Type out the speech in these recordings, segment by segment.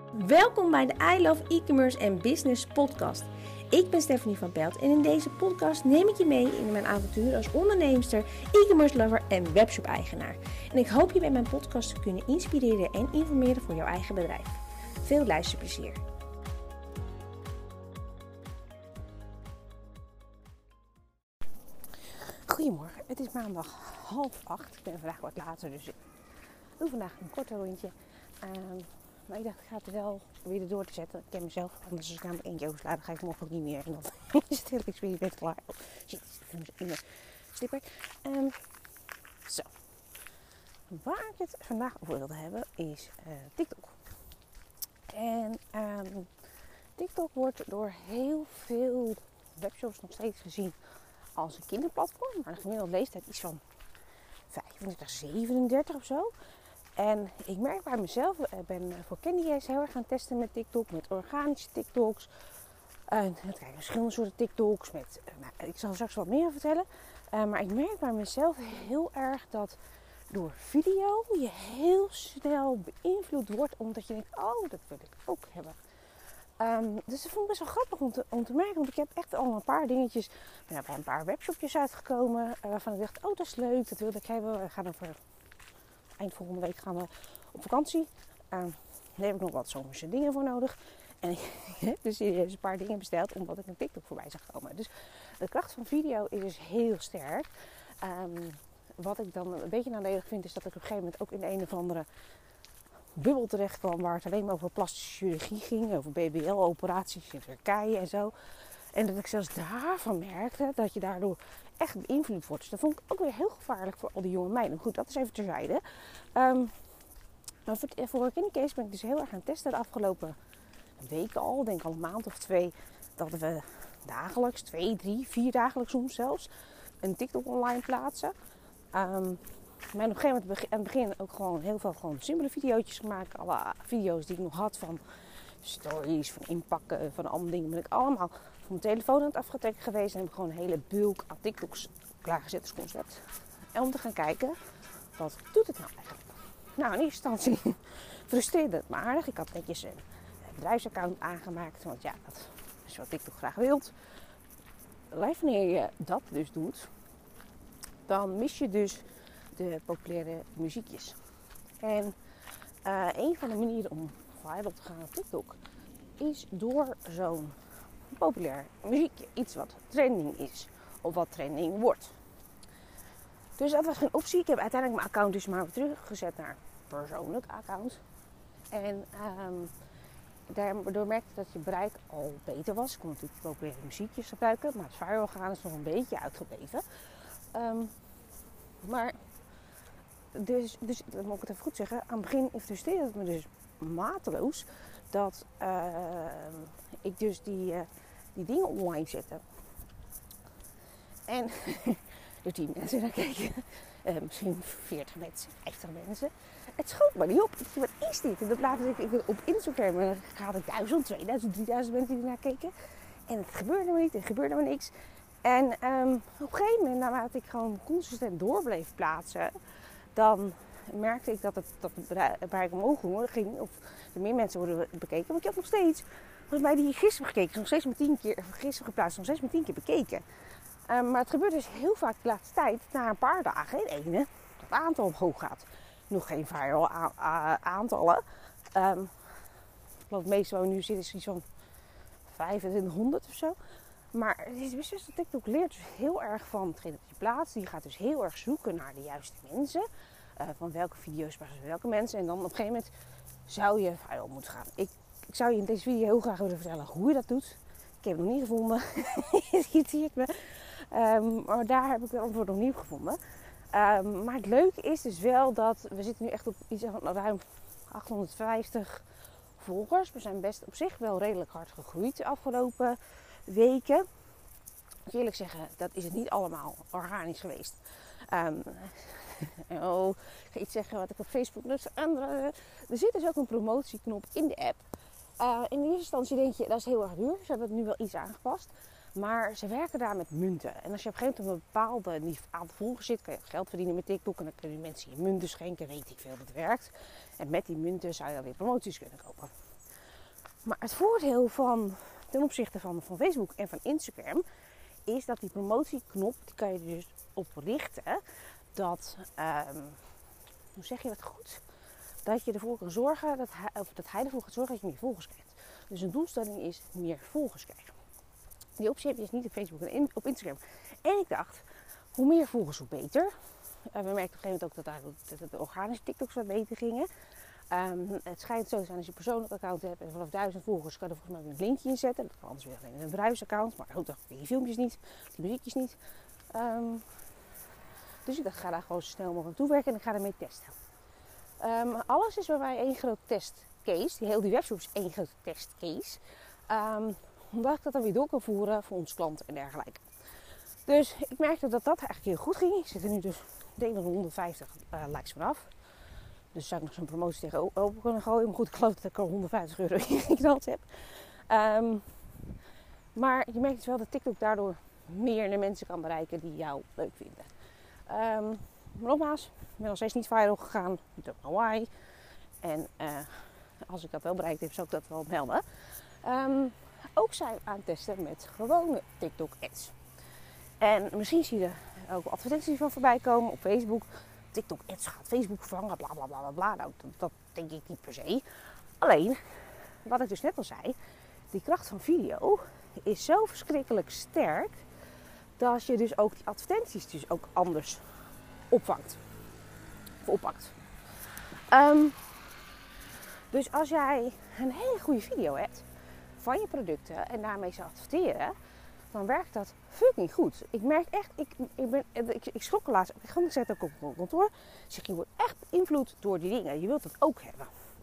Welkom bij de I Love E-commerce en Business podcast. Ik ben Stephanie van Pelt en in deze podcast neem ik je mee in mijn avontuur als onderneemster, e-commerce lover en webshop eigenaar. En ik hoop je bij mijn podcast te kunnen inspireren en informeren voor jouw eigen bedrijf. Veel luisterplezier. Goedemorgen, het is maandag 7:30. Ik ben vandaag wat later, dus ik doe vandaag een korte rondje. Maar ik dacht, ik ga het er wel proberen door te zetten. Ik ken mezelf, anders als ik namelijk eentje oversla, dan ga ik morgen ook niet meer. En dan is het hele experiment klaar. Oh, shit, ik heb in mijn slipper. Zo. Waar ik het vandaag over wilde hebben, is TikTok. En TikTok wordt door heel veel webshops nog steeds gezien als een kinderplatform. Maar de gemiddelde leeftijd is van 35, 37 of zo. En ik merk bij mezelf, ik ben voor Candy heel erg gaan testen met TikTok, met organische TikToks. En kijk, verschillende soorten TikToks. Ik zal straks wat meer vertellen. Maar ik merk bij mezelf heel erg dat door video je heel snel beïnvloed wordt. Omdat je denkt, oh, dat wil ik ook hebben. Dus dat vond ik best wel grappig om te merken. Want ik heb echt al een paar dingetjes. Ik ben bij een paar webshopjes uitgekomen. Waarvan ik dacht, oh, dat is leuk. Dat wilde ik hebben. We gaan over eind volgende week gaan we op vakantie. Daar heb ik nog wat zomerse dingen voor nodig. En ik heb dus serieus een paar dingen besteld omdat ik een TikTok voorbij zag komen. Dus de kracht van video is dus heel sterk. Wat ik dan een beetje nadelig vind is dat ik op een gegeven moment ook in een of andere bubbel terecht kwam waar het alleen maar over plastische chirurgie ging. Over BBL-operaties in Turkije en zo. En dat ik zelfs daarvan merkte dat je daardoor echt beïnvloed wordt. Dus dat vond ik ook weer heel gevaarlijk voor al die jonge meiden. Goed, dat is even terzijde. Maar voor Candycase ben ik dus heel erg aan het testen de afgelopen weken al. Denk al een maand of 2. Dat we dagelijks, 2, 3, 4 dagelijks soms zelfs, een TikTok online plaatsen. Maar op een gegeven moment aan het begin ook gewoon heel veel simpele video's gemaakt. Alle video's die ik nog had van stories, van inpakken, van allemaal dingen. Ben ik allemaal van mijn telefoon aan het afgetrekken geweest. En heb ik gewoon een hele bulk aan TikToks klaargezet als concept. En om te gaan kijken, wat doet het nou eigenlijk? Nou, in eerste instantie frustreerde het me aardig. Ik had netjes een bedrijfsaccount aangemaakt. Want ja, dat is wat TikTok graag wilt. Wanneer je dat dus doet, dan mis je dus de populaire muziekjes. En een van de manieren om viral te gaan op TikTok is door zo'n populair muziekje. Iets wat trending is of wat trending wordt. Dus dat was geen optie. Ik heb uiteindelijk mijn account dus maar weer teruggezet naar persoonlijk account. En daardoor merkte ik dat je bereik al beter was. Ik kon natuurlijk populaire muziekjes gebruiken, maar het viral gaan is nog een beetje uitgebleven. Maar dus dat moet ik het even goed zeggen. Aan het begin frustreerde het me dus mateloos dat ik dus die dingen online zette. En door 10 mensen naar keken, misschien 40 mensen, 50 mensen. Het schoot me niet op. Ik dacht, wat is dit? En dat later ik op Instagram en dan had ik 1000, 2000, 3000 mensen die naar keken. En het gebeurde me niet, er gebeurde me niks. En op een gegeven moment, naarmate ik gewoon consistent door bleef plaatsen, dan merkte ik dat het bereik omhoog ging. Of er meer mensen worden bekeken. Maar ik heb nog steeds, volgens mij die gisteren gekeken, nog steeds met 10 keer, gisteren geplaatst, nog steeds met 10 keer bekeken. Maar het gebeurt dus heel vaak de laatste tijd, na een paar dagen in ene, dat het aantal omhoog gaat. Nog geen viral aantallen. Ik geloof het meeste waar we nu zitten is iets van 2500 of zo. Maar het is beslist dat TikTok leert dus heel erg van hetgeen dat je plaatst. Die gaat dus heel erg zoeken naar de juiste mensen. Van welke video's passen welke mensen. En dan op een gegeven moment zou je viral moeten gaan. Ik zou je in deze video heel graag willen vertellen hoe je dat doet. Ik heb het nog niet gevonden. Het irriteert me. Maar daar heb ik het antwoord nog niet op gevonden. Maar het leuke is dus wel dat we zitten nu echt op iets van ruim 850 volgers. We zijn best op zich wel redelijk hard gegroeid de afgelopen weken. Ik eerlijk zeggen, dat is het niet allemaal organisch geweest. Ik ga iets zeggen wat ik op Facebook dus er zit dus ook een promotieknop in de app. In eerste instantie denk je, dat is heel erg duur. Ze hebben het nu wel iets aangepast. Maar ze werken daar met munten. En als je op een gegeven moment een bepaald aantal volgers zit, kan je geld verdienen met TikTok. En dan kun je mensen je munten schenken, weet ik veel dat werkt. En met die munten zou je dan weer promoties kunnen kopen. Maar het voordeel ten opzichte van Facebook en van Instagram is dat die promotieknop, die kan je dus op richten. Dat, hoe zeg je dat goed? Dat je ervoor kan zorgen, dat hij ervoor gaat zorgen dat je meer volgers krijgt. Dus een doelstelling is meer volgers krijgen. Die optie heb je dus niet op Facebook en op Instagram. En ik dacht, hoe meer volgers, hoe beter. We merkten op een gegeven moment ook dat de organische TikToks wat beter gingen. Het schijnt zo te zijn als je een persoonlijk account hebt en vanaf 1000 volgers kan je er volgens mij weer een linkje in zetten. Dat kan anders weer alleen in een bedrijfsaccount, maar goed, dan die filmpjes niet, die muziekjes niet. Dus ik dacht, ik ga daar gewoon zo snel mogelijk toewerken en ik ga ermee testen. Alles is bij mij één groot testcase. Heel die webshop is één grote testcase. Omdat ik dat dan weer door kan voeren voor onze klanten en dergelijke. Dus ik merkte dat dat eigenlijk heel goed ging. Ik zit er nu dus denk ik 150 likes vanaf. Dus zou ik nog zo'n promotie tegenover kunnen gooien. Maar goed, ik geloof dat ik er €150 in geknald heb. Maar je merkt dus wel dat TikTok daardoor meer de mensen kan bereiken die jou leuk vinden. Maar nogmaals, ik ben nog steeds niet viral gegaan. I don't know why. En als ik dat wel bereikt heb, zou ik dat wel melden. Ook zijn we aan het testen met gewone TikTok ads. En misschien zie je er ook advertenties van voorbij komen op Facebook. TikTok ads gaat Facebook vervangen, bla bla bla bla. Nou, dat denk ik niet per se. Alleen, wat ik dus net al zei, die kracht van video is zo verschrikkelijk sterk dat je dus ook die advertenties dus ook anders oppakt. Dus als jij een hele goede video hebt van je producten en daarmee zou adverteren, dan werkt dat fucking goed. Ik merk echt, ik schrok laatst. Ik zet ook op mijn kantoor. Zeg, je wordt echt beïnvloed door die dingen. Je wilt dat ook hebben.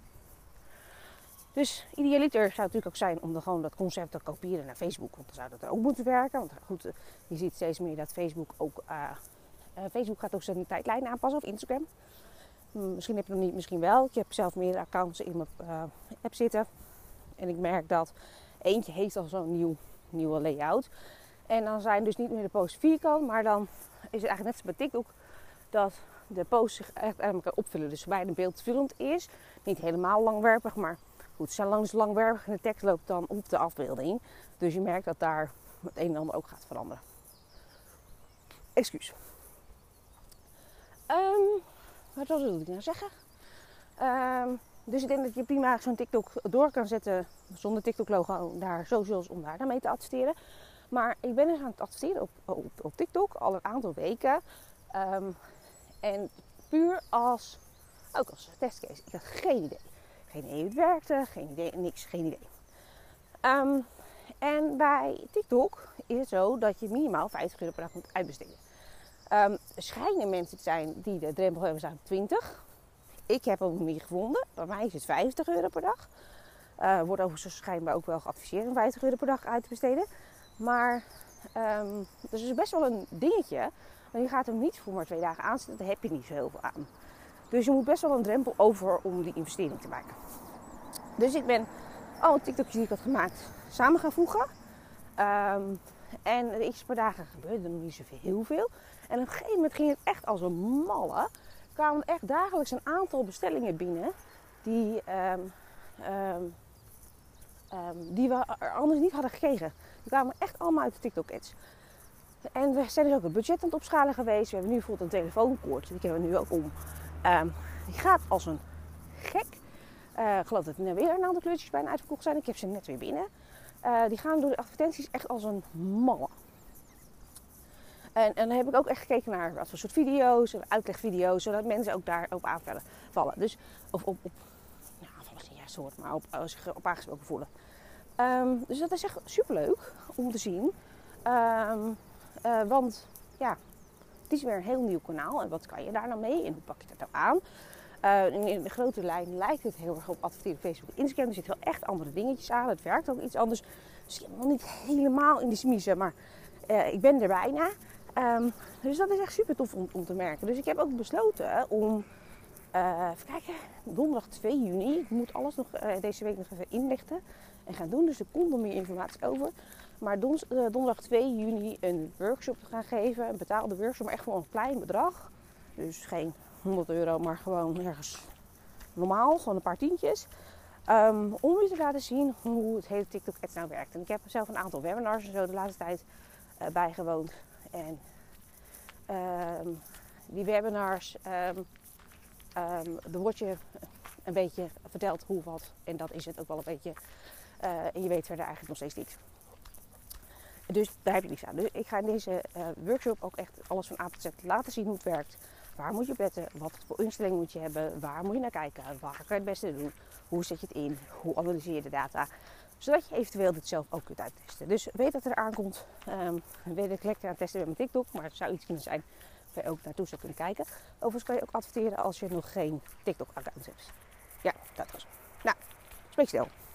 Dus idealiter zou het natuurlijk ook zijn om dan gewoon dat concept te kopiëren naar Facebook. Want dan zou dat er ook moeten werken. Want goed, je ziet steeds meer dat Facebook ook... Facebook gaat ook zijn tijdlijn aanpassen of Instagram. Misschien heb je nog niet, misschien wel. Ik heb zelf meerdere accounts in mijn app zitten. En ik merk dat eentje heeft al zo'n nieuwe layout. En dan zijn dus niet meer de posts vierkant, maar dan is het eigenlijk net zoals bij TikTok dat de posts zich echt aan elkaar opvullen. Dus waarbij de beeldvullend is, niet helemaal langwerpig, maar goed, zolang ze langwerpig in de tekst loopt dan op de afbeelding. Dus je merkt dat daar het een en ander ook gaat veranderen. Excuus. Wat wilde ik nou zeggen? Dus ik denk dat je prima zo'n TikTok door kan zetten zonder TikTok logo naar socials om daar mee te adverteren. Maar ik ben dus aan het adverteren op TikTok al een aantal weken. En puur als testcase. Ik had geen idee. Geen idee hoe het werkte, geen idee. En bij TikTok is het zo dat je minimaal €50 per dag moet uitbesteden. Er schijnen mensen te zijn die de drempel hebben staan op 20. Ik heb hem niet gevonden. Bij mij is het €50 per dag. Wordt overigens schijnbaar ook wel geadviseerd om €50 per dag uit te besteden. Maar dus het is best wel een dingetje. Maar je gaat hem niet voor maar 2 dagen aanzetten. Daar heb je niet zo heel veel aan. Dus je moet best wel een drempel over om die investering te maken. Dus ik ben alle TikTokjes die ik had gemaakt samen gaan voegen. En de eerste paar dagen gebeurde er nog niet zoveel heel veel. En op een gegeven moment ging het echt als een malle. Er kwamen echt dagelijks een aantal bestellingen binnen die we er anders niet hadden gekregen. Die kwamen echt allemaal uit de TikTok ads. En we zijn dus ook het budget aan het opschalen geweest. We hebben nu bijvoorbeeld een telefoonkoord. Die hebben we nu ook om. Die gaat als een gek. Ik geloof dat er weer een aantal kleurtjes bijna uitverkocht zijn. Ik heb ze net weer binnen. Die gaan door de advertenties echt als een malle. En dan heb ik ook echt gekeken naar wat voor soort video's, uitlegvideo's, zodat mensen ook daarop aanvallen. Dus, aanvallen is niet juist woord, maar zich op aangesproken voelen. Dus dat is echt superleuk om te zien. Want ja, het is weer een heel nieuw kanaal. En wat kan je daar nou mee en hoe pak je dat nou aan? In de grote lijn lijkt het heel erg op adverteren op Facebook en Instagram. Er zitten wel echt andere dingetjes aan. Het werkt ook iets anders. Dus ik ben nog niet helemaal in de smiezen, maar ik ben er bijna. Dus dat is echt super tof om te merken. Dus ik heb ook besloten om, even kijken, donderdag 2 juni. Ik moet alles nog deze week nog even inlichten en gaan doen. Dus er komt nog meer informatie over. Maar donderdag 2 juni een workshop te gaan geven. Een betaalde workshop, maar echt gewoon een klein bedrag. Dus geen €100, maar gewoon ergens normaal. Gewoon een paar tientjes. Om je te laten zien hoe het hele TikTok Ads nou werkt. En ik heb zelf een aantal webinars en zo de laatste tijd bijgewoond. En die webinars, er wordt je een beetje verteld hoe wat. En dat is het ook wel een beetje. En je weet verder eigenlijk nog steeds niet. Dus daar heb je niets aan. Dus ik ga in deze workshop ook echt alles van A tot Z laten zien hoe het werkt. Waar moet je op letten? Wat voor instellingen moet je hebben? Waar moet je naar kijken? Waar kan je het beste doen? Hoe zet je het in? Hoe analyseer je de data? Zodat je eventueel dit zelf ook kunt uittesten. Dus weet dat het er aankomt. Weet dat ik lekker aan het testen ben met TikTok. Maar het zou iets kunnen zijn waar je ook naartoe zou kunnen kijken. Overigens kan je ook adverteren als je nog geen TikTok account hebt. Ja, dat was. Nou, spreek snel.